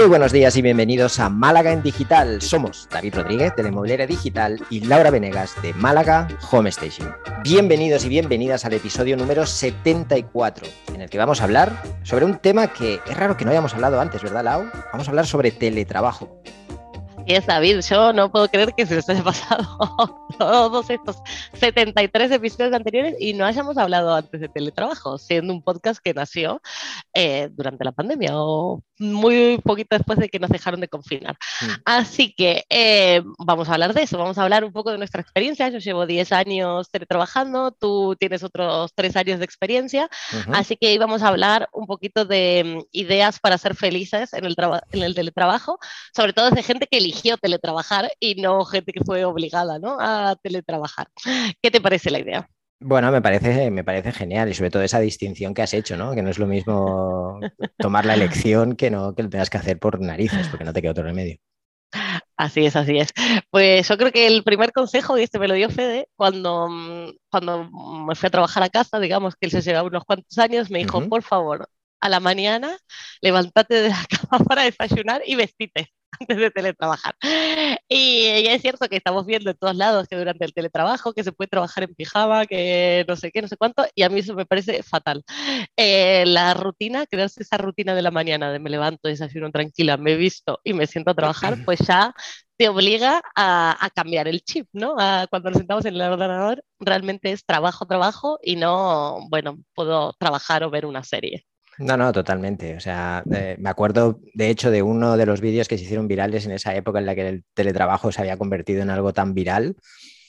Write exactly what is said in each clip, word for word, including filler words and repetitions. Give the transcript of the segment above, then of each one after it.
Muy buenos días y bienvenidos a Málaga en Digital. Somos David Rodríguez de la Inmobiliaria Digital y Laura Venegas de Málaga Home Station. Bienvenidos y bienvenidas al episodio número setenta y cuatro, en el que vamos a hablar sobre un tema que es raro que no hayamos hablado antes, ¿verdad, Lau? Vamos a hablar sobre teletrabajo. Y es David, yo no puedo creer que se nos haya pasado todos estos setenta y tres episodios anteriores y no hayamos hablado antes de teletrabajo, siendo un podcast que nació eh, durante la pandemia o muy poquito después de que nos dejaron de confinar. Mm. Así que eh, vamos a hablar de eso, vamos a hablar un poco de nuestra experiencia. Yo llevo diez años teletrabajando, tú tienes otros tres años de experiencia, uh-huh. Así que íbamos a hablar un poquito de um, ideas para ser felices en el, traba- en el teletrabajo, sobre todo de gente que eligió teletrabajar y no gente que fue obligada, ¿no?, a teletrabajar. ¿Qué te parece la idea? Bueno, me parece, me parece genial y sobre todo esa distinción que has hecho, ¿no? Que no es lo mismo tomar la elección que no que lo tengas que hacer por narices, porque no te queda otro remedio. Así es, así es. Pues yo creo que el primer consejo, y este me lo dio Fede, cuando, cuando me fui a trabajar a casa, digamos que él se llevaba unos cuantos años, me dijo, uh-huh. por favor, a la mañana, levántate de la cama para desayunar y vestite antes de teletrabajar. Y, y es cierto que estamos viendo en todos lados que durante el teletrabajo, que se puede trabajar en pijama, que no sé qué, no sé cuánto, y a mí eso me parece fatal. Eh, la rutina, crearse esa rutina de la mañana, de me levanto, desayuno tranquila, me visto y me siento a trabajar, pues ya te obliga a, a cambiar el chip, ¿no? A, cuando nos sentamos en el ordenador, realmente es trabajo, trabajo, y no, bueno, puedo trabajar o ver una serie. No, no, totalmente. O sea, eh, me acuerdo de hecho de uno de los vídeos que se hicieron virales en esa época en la que el teletrabajo se había convertido en algo tan viral,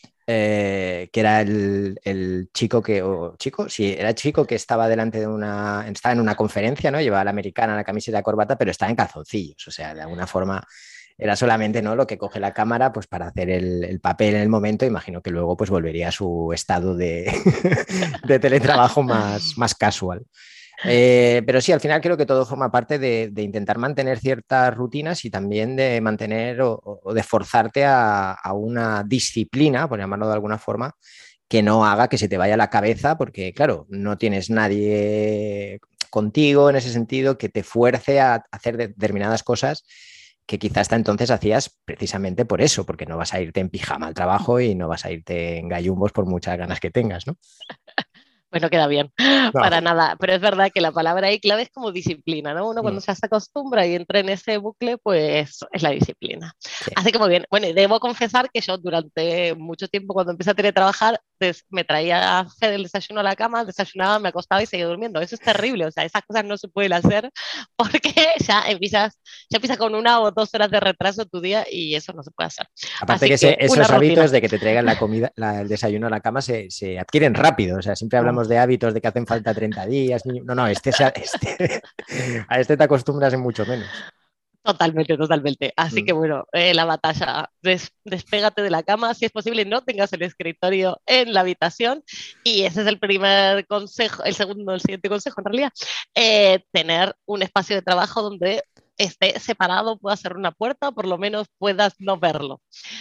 eh, que era el, el chico que, o chico, sí, era el chico que estaba delante de una, estaba en una conferencia, ¿no? Llevaba la americana, la camiseta, la corbata, pero estaba en calzoncillos. O sea, de alguna forma era solamente, ¿no?, lo que coge la cámara pues para hacer el, el papel en el momento. Imagino que luego pues volvería a su estado de, de teletrabajo más, más casual. Eh, pero sí, al final creo que todo forma parte de, de intentar mantener ciertas rutinas y también de mantener o, o de forzarte a, a una disciplina, por llamarlo de alguna forma, que no haga que se te vaya la cabeza, porque claro, no tienes nadie contigo en ese sentido que te fuerce a hacer determinadas cosas que quizás hasta entonces hacías precisamente por eso, porque no vas a irte en pijama al trabajo y no vas a irte en gallumbos por muchas ganas que tengas, ¿no? Pues no queda bien, no. Para nada. Pero es verdad que la palabra ahí clave es como disciplina, ¿no? Uno cuando mm. ya se acostumbra y entra en ese bucle, pues es la disciplina. Sí. Así que muy bien. Bueno, y debo confesar que yo durante mucho tiempo, cuando empecé a teletrabajar, me traía a hacer el desayuno a la cama, desayunaba, me acostaba y seguía durmiendo. Eso es terrible. O sea, esas cosas no se pueden hacer porque ya empiezas, ya empiezas con una o dos horas de retraso tu día y eso no se puede hacer. Aparte Así que, ese, que esos hábitos de que te traigan la comida, la, el desayuno a la cama se, se adquieren rápido. O sea, siempre hablamos de hábitos de que hacen falta treinta días. No, no, este, este, a este te acostumbras en mucho menos. Totalmente, totalmente. Así mm. que bueno, eh, la batalla, des, despégate de la cama, si es posible no tengas el escritorio en la habitación, y ese es el primer consejo, el segundo, el siguiente consejo en realidad, eh, tener un espacio de trabajo donde esté separado, pueda ser una puerta, o por lo menos puedas no verlo.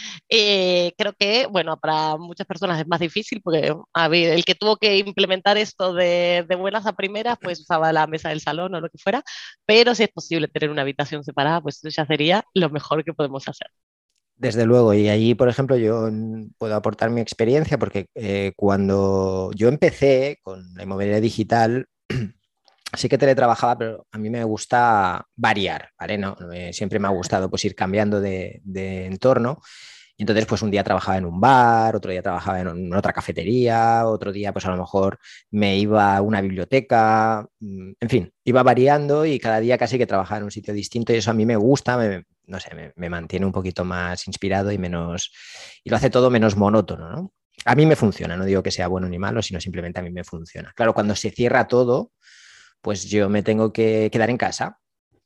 Eh, creo que, bueno, para muchas personas es más difícil porque a ver, el que tuvo que implementar esto de, de buenas a primeras, pues usaba la mesa del salón o lo que fuera, pero si es posible tener una habitación separada, pues eso ya sería lo mejor que podemos hacer. Desde luego, y ahí, por ejemplo, yo puedo aportar mi experiencia porque eh, cuando yo empecé con la inmobiliaria digital, sí que teletrabajaba, pero a mí me gusta variar, ¿vale? No, eh, siempre me ha gustado pues ir cambiando de, de entorno. Y entonces, pues un día trabajaba en un bar, otro día trabajaba en otra cafetería, otro día, pues a lo mejor me iba a una biblioteca, en fin, iba variando y cada día casi que trabajaba en un sitio distinto y eso a mí me gusta, me, no sé, me, me mantiene un poquito más inspirado y menos, y lo hace todo menos monótono, ¿no? A mí me funciona, no digo que sea bueno ni malo, sino simplemente a mí me funciona. Claro, cuando se cierra todo, pues yo me tengo que quedar en casa.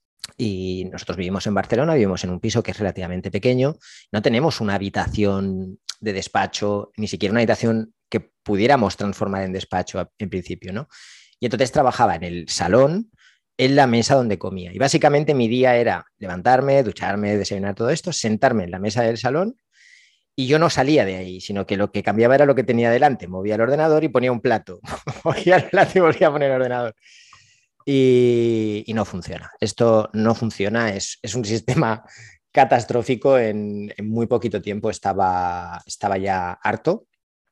Y nosotros vivimos en Barcelona, vivimos en un piso que es relativamente pequeño, no tenemos una habitación de despacho, ni siquiera una habitación que pudiéramos transformar en despacho en principio, ¿no? Y entonces trabajaba en el salón, en la mesa donde comía. Y básicamente mi día era levantarme, ducharme, desayunar, todo esto, sentarme en la mesa del salón y yo no salía de ahí, sino que lo que cambiaba era lo que tenía delante. Movía el ordenador y ponía un plato. Movía el plato y volvía a poner el ordenador. y, y no funciona. Esto no funciona, es, es un sistema catastrófico. En, en muy poquito tiempo estaba, estaba ya harto.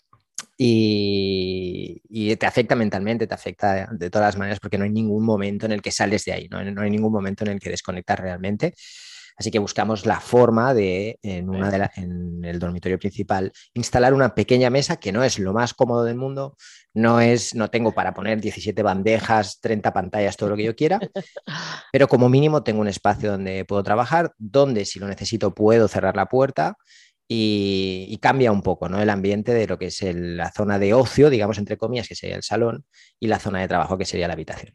Y, y te afecta mentalmente, te afecta de todas las maneras, porque no hay ningún momento en el que sales de ahí, ¿no? No hay ningún momento en el que desconectas realmente. Así que buscamos la forma de, en, una de la, en el dormitorio principal, instalar una pequeña mesa que no es lo más cómodo del mundo, no es, no tengo para poner diecisiete bandejas, treinta pantallas, todo lo que yo quiera, pero como mínimo tengo un espacio donde puedo trabajar, donde si lo necesito puedo cerrar la puerta y, y cambia un poco, ¿no? El ambiente de lo que es el, la zona de ocio, digamos entre comillas, que sería el salón, y la zona de trabajo, que sería la habitación.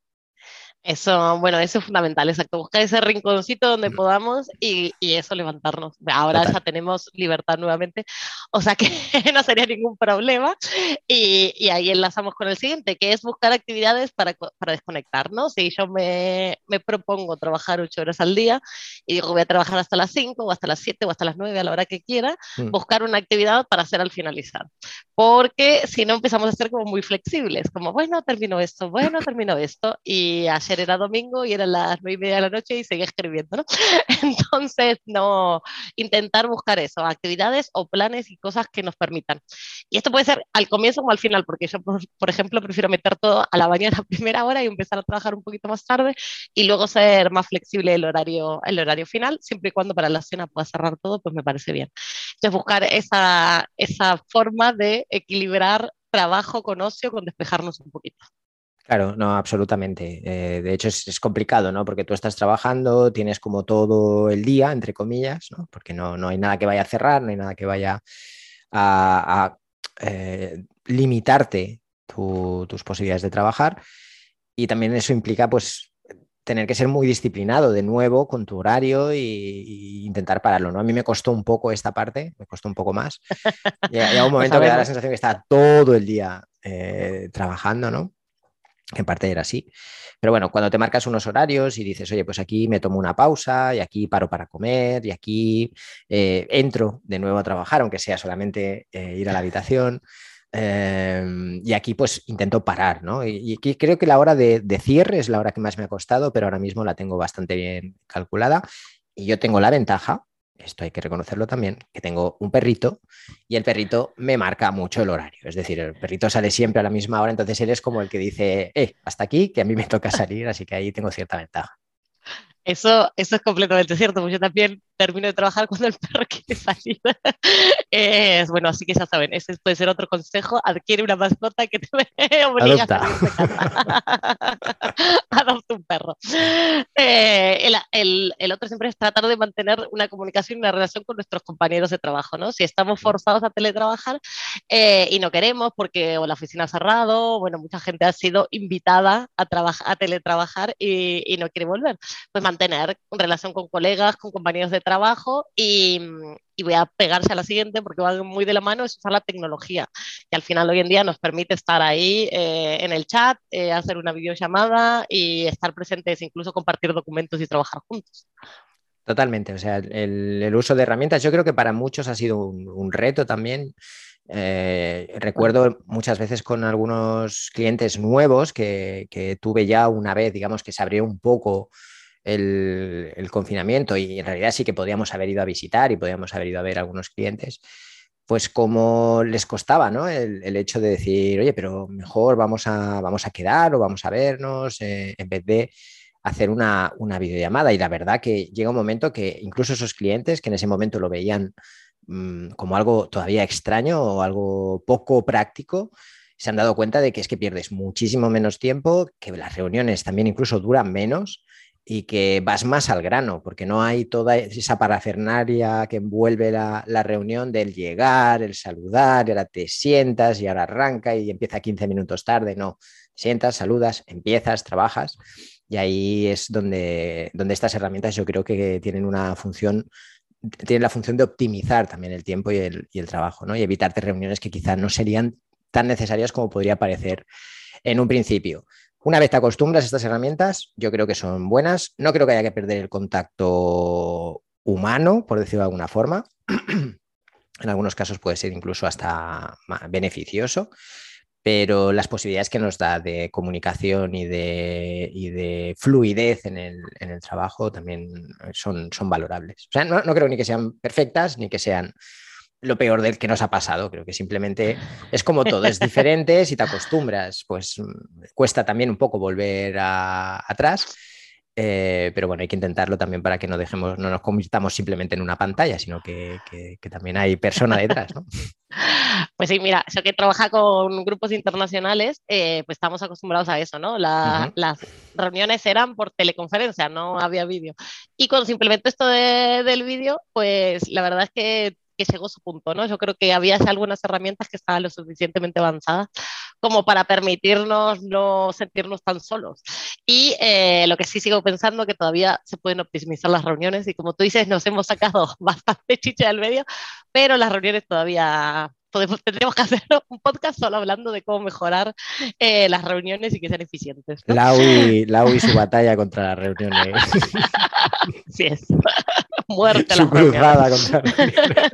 Eso, bueno, eso es fundamental, exacto. Buscar ese rinconcito donde podamos y, y eso levantarnos. Ahora Total. ya tenemos libertad nuevamente, o sea que no sería ningún problema. Y, y ahí enlazamos con el siguiente, que es buscar actividades para, para desconectarnos. Si yo me, me propongo trabajar ocho horas al día y digo voy a trabajar hasta las cinco o hasta las siete o hasta las nueve a la hora que quiera, Mm. buscar una actividad para hacer al finalizar. Porque si no empezamos a ser como muy flexibles, como bueno, termino esto, bueno, termino esto. Y ayer era domingo y eran las nueve y media de la noche y seguía escribiendo, ¿no? Entonces, no, intentar buscar eso, actividades o planes y cosas que nos permitan. Y esto puede ser al comienzo o al final, porque yo, por, por ejemplo, prefiero meter todo a la mañana a primera hora y empezar a trabajar un poquito más tarde y luego ser más flexible el horario, el horario final, siempre y cuando para la cena pueda cerrar todo, pues me parece bien. Entonces, buscar esa, esa forma de equilibrar trabajo con ocio, con despejarnos un poquito. Claro, no, absolutamente. Eh, de hecho, es, es, complicado, ¿no? Porque tú estás trabajando, tienes como todo el día, entre comillas, ¿no? Porque no, no hay nada que vaya a cerrar, no hay nada que vaya a, a eh, limitarte tu, tus posibilidades de trabajar. Y también eso implica, pues, tener que ser muy disciplinado de nuevo con tu horario y, y intentar pararlo, ¿no? A mí me costó un poco esta parte, me costó un poco más. Llega, llega un Lo momento que da la sabemos. sensación que está todo el día eh, trabajando, ¿no? Que en parte era así. Pero bueno, cuando te marcas unos horarios y dices, oye, pues aquí me tomo una pausa y aquí paro para comer y aquí eh, entro de nuevo a trabajar, aunque sea solamente eh, ir a la habitación. Eh, y aquí pues intento parar, ¿no? Y, y creo que la hora de, de cierre es la hora que más me ha costado, pero ahora mismo la tengo bastante bien calculada. Y yo tengo la ventaja, esto hay que reconocerlo también, que tengo un perrito y el perrito me marca mucho el horario. Es decir, el perrito sale siempre a la misma hora, entonces él es como el que dice, eh, hasta aquí, que a mí me toca salir, así que ahí tengo cierta ventaja. Eso, eso es completamente cierto, porque yo también termino de trabajar cuando el perro quiere salir. Es, bueno, así que ya saben, ese puede ser otro consejo, adquiere una mascota que te obliga a Adopta. salir de casa. Adopta un perro. Eh, el, el, el, otro siempre es tratar de mantener una comunicación y una relación con nuestros compañeros de trabajo, ¿no? Si estamos forzados a teletrabajar eh, y no queremos porque o la oficina ha cerrado, bueno, mucha gente ha sido invitada a, trabajar, a teletrabajar y, y no quiere volver, pues mantener relación con colegas, con compañeros de trabajo y, y voy a pegarse a la siguiente porque va muy de la mano, es usar la tecnología, que al final hoy en día nos permite estar ahí eh, en el chat, eh, hacer una videollamada y estar presentes, incluso compartir documentos y trabajar juntos. Totalmente, o sea, el, el, uso de herramientas yo creo que para muchos ha sido un, un reto también. Eh, recuerdo muchas veces con algunos clientes nuevos que, que, tuve ya una vez, digamos, que se abrió un poco el, el, confinamiento y en realidad sí que podíamos haber ido a visitar y podíamos haber ido a ver a algunos clientes, pues como les costaba, ¿no? El, el hecho de decir, oye, pero mejor vamos a, vamos a quedar o vamos a vernos eh, en vez de hacer una, una videollamada. Y la verdad que llega un momento que incluso esos clientes que en ese momento lo veían mmm, como algo todavía extraño o algo poco práctico, se han dado cuenta de que es que pierdes muchísimo menos tiempo, que las reuniones también incluso duran menos y que vas más al grano, porque no hay toda esa parafernalia que envuelve la, la reunión del llegar, el saludar, y ahora te sientas y ahora arranca y empieza quince minutos tarde. No, sientas, saludas, empiezas, trabajas. Y ahí es donde, donde estas herramientas yo creo que tienen una función, tienen la función de optimizar también el tiempo y el, y el trabajo, ¿no? Y evitarte reuniones que quizás no serían tan necesarias como podría parecer en un principio. Una vez te acostumbras a estas herramientas, yo creo que son buenas. No creo que haya que perder el contacto humano, por decirlo de alguna forma. En algunos casos puede ser incluso hasta beneficioso. pero las posibilidades que nos da de comunicación y de, y de fluidez en el, en el trabajo también son, son valorables. O sea, no, no creo ni que sean perfectas ni que sean lo peor del que nos ha pasado. Creo que simplemente es como todo, es diferente. Si te acostumbras, pues cuesta también un poco volver a, atrás. Eh, pero bueno, hay que intentarlo también para que no dejemos, no nos convirtamos simplemente en una pantalla, sino que, que, que también hay persona detrás, ¿no? Pues sí, mira, yo que trabaja con grupos internacionales, eh, pues estamos acostumbrados a eso, ¿no? La, Uh-huh. las reuniones eran por teleconferencia, no había vídeo. Y con simplemente esto de, del vídeo, pues la verdad es que, que llegó su punto, ¿no? Yo creo que había algunas herramientas que estaban lo suficientemente avanzadas como para permitirnos no sentirnos tan solos. Y eh, lo que sí sigo pensando que todavía se pueden optimizar las reuniones y como tú dices, nos hemos sacado bastante chicha del medio, pero las reuniones todavía podemos, tendríamos que hacer un podcast solo hablando de cómo mejorar eh, las reuniones y que sean eficientes, ¿no? Lau y, Lau y su batalla contra las reuniones. Sí es. Muerte a Su las reuniones. cruzada contra las reuniones.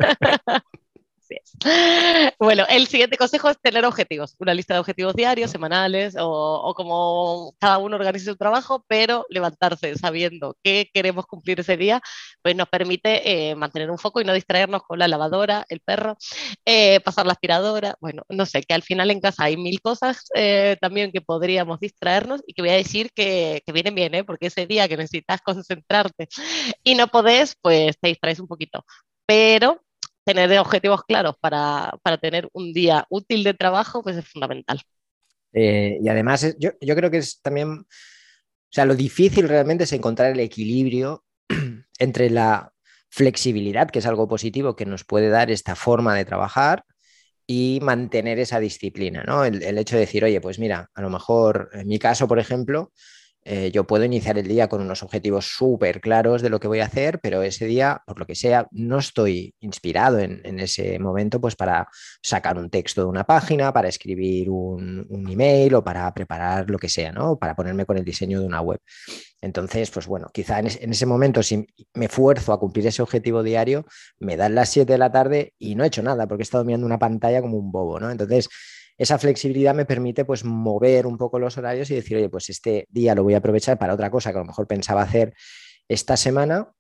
Así es. Bueno, el siguiente consejo es tener objetivos, una lista de objetivos diarios, semanales o, o como cada uno organice su trabajo, pero levantarse sabiendo qué queremos cumplir ese día, pues nos permite eh, mantener un foco y no distraernos con la lavadora, el perro, eh, pasar la aspiradora. Bueno, no sé, que al final en casa hay mil cosas eh, también que podríamos distraernos y que voy a decir que, que vienen bien, ¿eh? Porque ese día que necesitas concentrarte y no podés, pues te distraes un poquito. Pero tener objetivos claros para, para tener un día útil de trabajo, pues es fundamental. Eh, y además, es- yo, yo creo que es también, o sea, lo difícil realmente es encontrar el equilibrio entre la flexibilidad, que es algo positivo que nos puede dar esta forma de trabajar, y mantener esa disciplina, ¿no? El, el hecho de decir, oye, pues mira, a lo mejor en mi caso, por ejemplo, eh, yo puedo iniciar el día con unos objetivos súper claros de lo que voy a hacer, pero ese día, por lo que sea, no estoy inspirado en, en ese momento pues para sacar un texto de una página, para escribir un, un email o para preparar lo que sea, ¿no? Para ponerme con el diseño de una web. Entonces, pues bueno, quizá en, es, en ese momento, si me esfuerzo a cumplir ese objetivo diario, me dan las siete de la tarde y no he hecho nada porque he estado mirando una pantalla como un bobo, ¿no? Entonces, esa flexibilidad me permite pues mover un poco los horarios y decir, oye, pues este día lo voy a aprovechar para otra cosa que a lo mejor pensaba hacer esta semana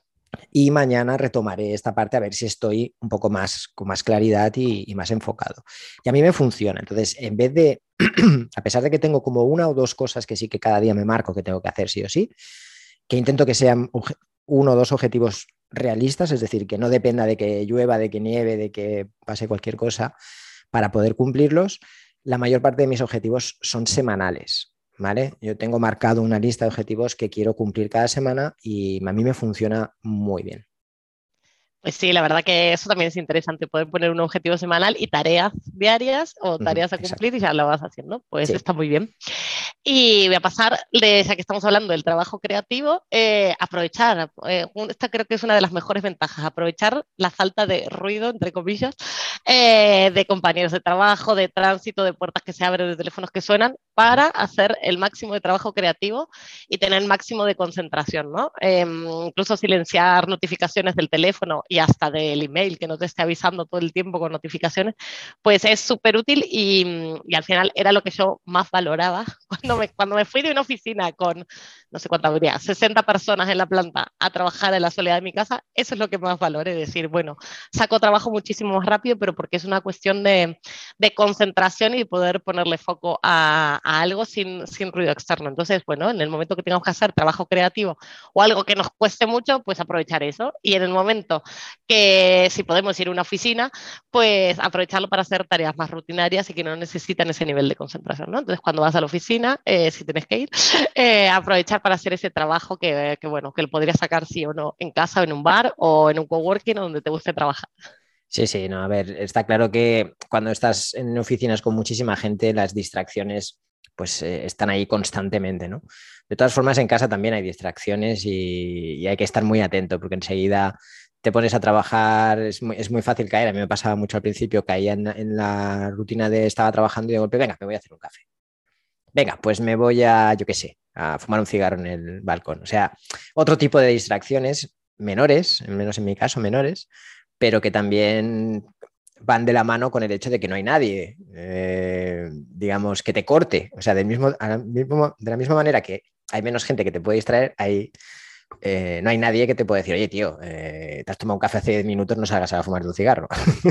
y mañana retomaré esta parte a ver si estoy un poco más con más claridad y, y más enfocado. Y a mí me funciona. Entonces, en vez de, a pesar de que tengo como una o dos cosas que sí que cada día me marco que tengo que hacer sí o sí, que intento que sean uno o dos objetivos realistas, es decir, que no dependa de que llueva, de que nieve, de que pase cualquier cosa para poder cumplirlos, la mayor parte de mis objetivos son semanales. ¿Vale? Yo tengo marcado una lista de objetivos que quiero cumplir cada semana y a mí me funciona muy bien. Pues sí, la verdad que eso también es interesante, poder poner un objetivo semanal y tareas diarias o Uh -huh, tareas a cumplir exacto. y ya lo vas haciendo. Pues Sí. está muy bien. Y voy a pasar, de, ya que estamos hablando del trabajo creativo, eh, aprovechar, eh, esta creo que es una de las mejores ventajas, aprovechar la falta de ruido, entre comillas, eh, de compañeros de trabajo, de tránsito, de puertas que se abren, de teléfonos que suenan, para hacer el máximo de trabajo creativo y tener el máximo de concentración, ¿no? Eh, incluso silenciar notificaciones del teléfono y hasta del email, que no te esté avisando todo el tiempo con notificaciones, pues es súper útil y, y al final era lo que yo más valoraba cuando me, cuando me fui de una oficina con, no sé cuánta habría, sesenta personas en la planta a trabajar en la soledad de mi casa, eso es lo que más valoré, decir, bueno, saco trabajo muchísimo más rápido, pero porque es una cuestión de, de concentración y poder ponerle foco a, a algo sin, sin ruido externo. Entonces, bueno, en el momento que tengamos que hacer trabajo creativo o algo que nos cueste mucho, pues aprovechar eso. Y en el momento que si podemos ir a una oficina, pues aprovecharlo para hacer tareas más rutinarias y que no necesitan ese nivel de concentración, ¿no? Entonces, cuando vas a la oficina, eh, si tienes que ir, eh, aprovechar para hacer ese trabajo que, que, bueno, que lo podrías sacar sí o no en casa o en un bar o en un coworking o donde te guste trabajar. Sí, sí, no, a ver, está claro que cuando estás en oficinas con muchísima gente, las distracciones pues eh, están ahí constantemente, ¿no? De todas formas, en casa también hay distracciones y, y hay que estar muy atento porque enseguida te pones a trabajar, es muy, es muy fácil caer. A mí me pasaba mucho al principio, caía en, en la rutina de estaba trabajando y de golpe, venga, me voy a hacer un café. Venga, pues me voy a, yo qué sé, a fumar un cigarro en el balcón. O sea, otro tipo de distracciones menores, menos en mi caso, menores, pero que también van de la mano con el hecho de que no hay nadie. Eh, digamos, que te corte. O sea, del mismo, mismo, de la misma manera que hay menos gente que te puede distraer, hay, eh, no hay nadie que te pueda decir, oye, tío, eh, te has tomado un café hace diez minutos, no salgas a fumar un cigarro.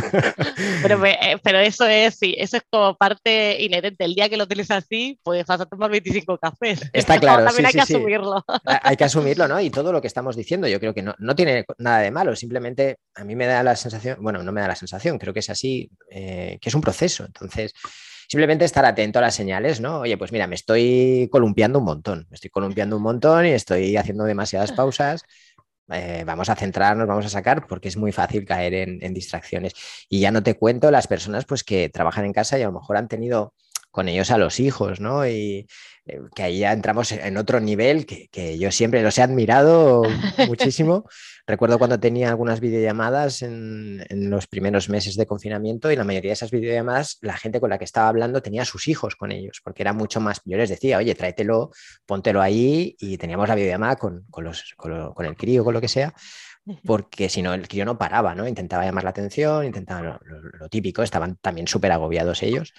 Pero, eh, pero eso es, sí, eso es como parte inherente. El día que lo tienes así, pues vas a tomar veinticinco cafés. Está Eso claro, también sí, hay sí, que sí. asumirlo. Hay que asumirlo, ¿no? Y todo lo que estamos diciendo, yo creo que no, no tiene nada de malo, simplemente a mí me da la sensación, bueno, no me da la sensación, creo que es así, eh, que es un proceso. Entonces, simplemente estar atento a las señales, ¿no? Oye, pues mira, me estoy columpiando un montón, me estoy columpiando un montón y estoy haciendo demasiadas pausas. Eh, vamos a centrarnos, vamos a sacar, porque es muy fácil caer en, en distracciones. Y ya no te cuento las personas pues, que trabajan en casa y a lo mejor han tenido con ellos a los hijos, ¿no? Y eh, que ahí ya entramos en otro nivel que, que yo siempre los he admirado muchísimo. Recuerdo cuando tenía algunas videollamadas en, en los primeros meses de confinamiento y la mayoría de esas videollamadas, la gente con la que estaba hablando tenía a sus hijos con ellos, porque era mucho más, yo les decía, oye, tráetelo, póntelo ahí y teníamos la videollamada con, con, los, con, lo, con el crío, con lo que sea, porque si no, el crío no paraba, ¿no? Intentaba llamar la atención, intentaba lo, lo, lo típico, estaban también súper agobiados ellos.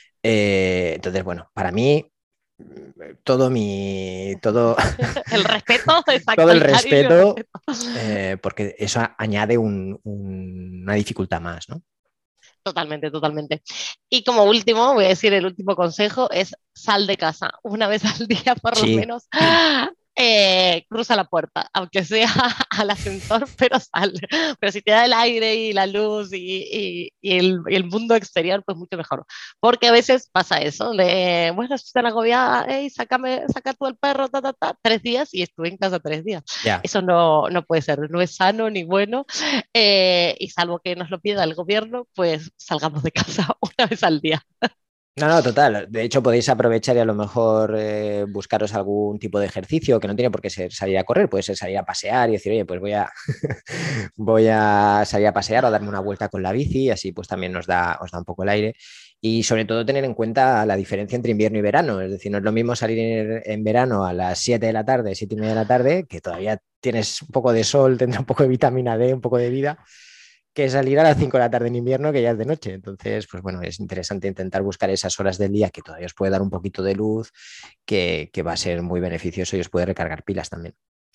Eh, entonces, bueno, para mí, todo mi, todo, El respeto, todo exacto, el el cariño y el respeto, respeto. eh, porque eso añade un, un, una dificultad más, ¿no? Totalmente, totalmente. Y como último, voy a decir el último consejo, es sal de casa una vez al día por lo Sí. menos. Eh, cruza la puerta, aunque sea al ascensor, pero sal. Pero si te da el aire y la luz y, y, y, el, y el mundo exterior, pues mucho mejor. Porque a veces pasa eso, de, bueno, estoy tan agobiada, hey, sácame, saca tú el perro, ta, ta, ta, tres días y estuve en casa tres días. Ya. Eso no, no puede ser, no es sano ni bueno. Eh, y salvo que nos lo pida el gobierno, pues salgamos de casa una vez al día. No, no, total. De hecho, podéis aprovechar y a lo mejor eh, buscaros algún tipo de ejercicio que no tiene por qué ser salir a correr, puede ser salir a pasear y decir, oye, pues voy a, voy a salir a pasear o a darme una vuelta con la bici, así pues también nos da, os da un poco el aire. Y sobre todo tener en cuenta la diferencia entre invierno y verano. Es decir, no es lo mismo salir en, en verano a las siete de la tarde, siete y media de la tarde, que todavía tienes un poco de sol, tendrá un poco de vitamina D, un poco de vida que salir a las cinco de la tarde en invierno, que ya es de noche. Entonces, pues bueno, es interesante intentar buscar esas horas del día que todavía os puede dar un poquito de luz, que, que va a ser muy beneficioso y os puede recargar pilas también.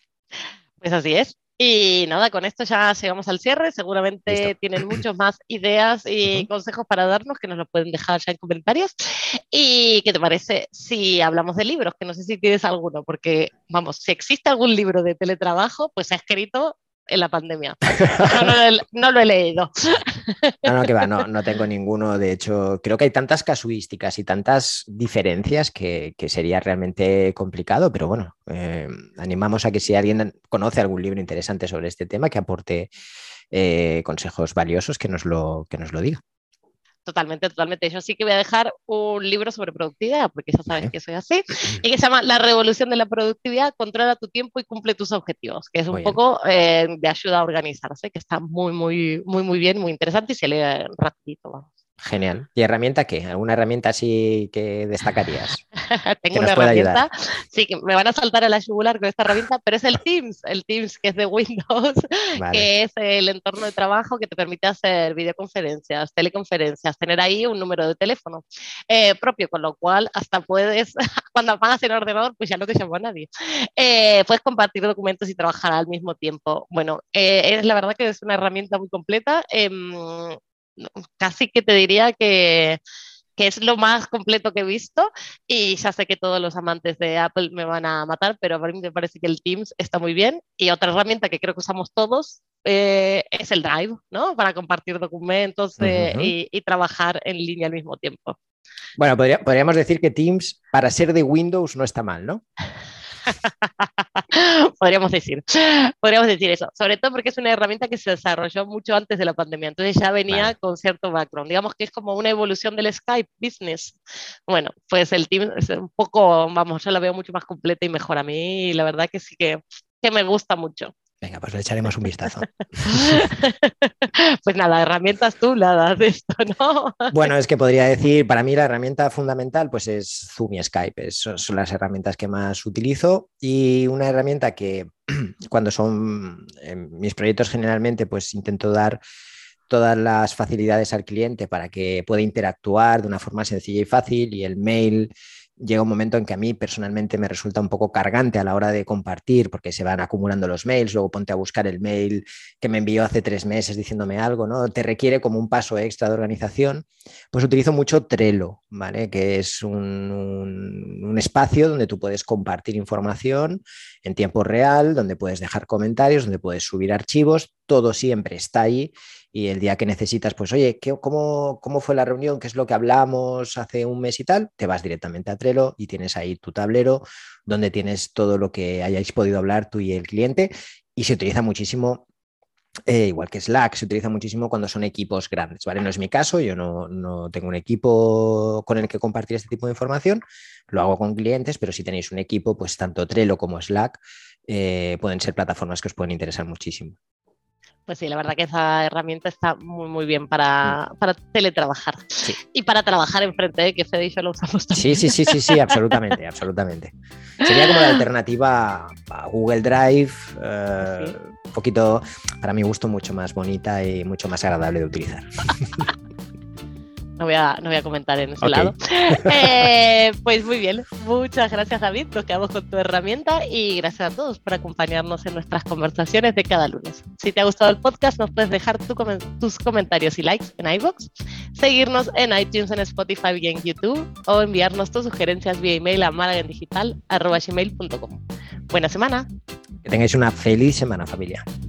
Pues así es. Y nada, con esto ya llegamos al cierre. Listo. Seguramente tienen muchos más ideas Uh y -huh. consejos para darnos que nos lo pueden dejar ya en comentarios. ¿Y qué te parece si hablamos de libros? Que no sé si tienes alguno, porque vamos, si existe algún libro de teletrabajo, pues se ha escrito en la pandemia. Yo no lo he, no lo he leído. No, no, que va, no, no tengo ninguno. De hecho, creo que hay tantas casuísticas y tantas diferencias que, que sería realmente complicado, pero bueno, eh, animamos a que si alguien conoce algún libro interesante sobre este tema, que aporte eh, consejos valiosos, que nos lo, que nos lo diga. Totalmente, totalmente. Yo sí que voy a dejar un libro sobre productividad, porque ya sabes Vale. que soy así, y que se llama La revolución de la productividad, controla tu tiempo y cumple tus objetivos, que es un Muy bien. poco eh, de ayuda a organizarse, que está muy, muy, muy, muy bien, muy interesante y se lee rapidito, vamos. Genial. ¿Y herramienta qué? ¿Alguna herramienta así que destacarías? Tengo Que nos una pueda ayudar. herramienta, sí, que me van a saltar a la yugular con esta herramienta, pero es el Teams, el Teams que es de Windows, Vale. que es el entorno de trabajo que te permite hacer videoconferencias, teleconferencias, tener ahí un número de teléfono eh, propio, con lo cual hasta puedes, cuando apagas el ordenador, pues ya no te llama a nadie. Eh, puedes compartir documentos y trabajar al mismo tiempo. Bueno, eh, es la verdad que es una herramienta muy completa. Eh, casi que te diría que que es lo más completo que he visto y ya sé que todos los amantes de Apple me van a matar, pero a mí me parece que el Teams está muy bien. Y otra herramienta que creo que usamos todos eh, es el Drive, ¿no? Para compartir documentos Uh eh, -huh. y, y trabajar en línea al mismo tiempo. Bueno, podría, podríamos decir que Teams, para ser de Windows, no está mal, ¿no? podríamos decir, podríamos decir eso, sobre todo porque es una herramienta que se desarrolló mucho antes de la pandemia, entonces ya venía Vale. con cierto background, digamos que es como una evolución del Skype Business. Bueno, pues el team es un poco, vamos, yo la veo mucho más completa y mejor a mí, y la verdad que sí que, que me gusta mucho. Venga, pues le echaremos un vistazo. Pues nada, herramientas tú nada de esto, ¿no? Bueno, es que podría decir, para mí la herramienta fundamental pues es Zoom y Skype, es, son las herramientas que más utilizo y una herramienta que cuando son eh, mis proyectos generalmente pues intento dar todas las facilidades al cliente para que pueda interactuar de una forma sencilla y fácil, y el mail llega un momento en que a mí personalmente me resulta un poco cargante a la hora de compartir porque se van acumulando los mails, luego ponte a buscar el mail que me envió hace tres meses diciéndome algo, ¿no? Te requiere como un paso extra de organización. Pues utilizo mucho Trello, ¿vale? Que es un, un, un espacio donde tú puedes compartir información en tiempo real, donde puedes dejar comentarios, donde puedes subir archivos, todo siempre está ahí. Y el día que necesitas, pues, oye, ¿qué, cómo, ¿cómo fue la reunión? ¿Qué es lo que hablamos hace un mes y tal? Te vas directamente a Trello y tienes ahí tu tablero donde tienes todo lo que hayáis podido hablar tú y el cliente. Y se utiliza muchísimo, eh, igual que Slack, se utiliza muchísimo cuando son equipos grandes, ¿vale? No es mi caso, yo no, no tengo un equipo con el que compartir este tipo de información, lo hago con clientes, pero si tenéis un equipo, pues tanto Trello como Slack eh, pueden ser plataformas que os pueden interesar muchísimo. Pues sí, la verdad que esa herramienta está muy, muy bien para, para teletrabajar. Sí. Y para trabajar enfrente, ¿eh? Que Fede y yo lo usamos también. Sí, sí, sí, sí, sí, absolutamente, absolutamente. Sería como la alternativa a Google Drive, eh, sí. Un poquito, para mi gusto, mucho más bonita y mucho más agradable de utilizar. No voy, a, no voy a comentar en ese okay. lado. Eh, pues muy bien, muchas gracias, David. Nos quedamos con tu herramienta y gracias a todos por acompañarnos en nuestras conversaciones de cada lunes. Si te ha gustado el podcast, nos puedes dejar tu com- tus comentarios y likes en iVoox, seguirnos en iTunes, en Spotify y en YouTube, o enviarnos tus sugerencias vía email a malagendigital arroba gmail punto com. Buena semana. Que tengáis una feliz semana, familia.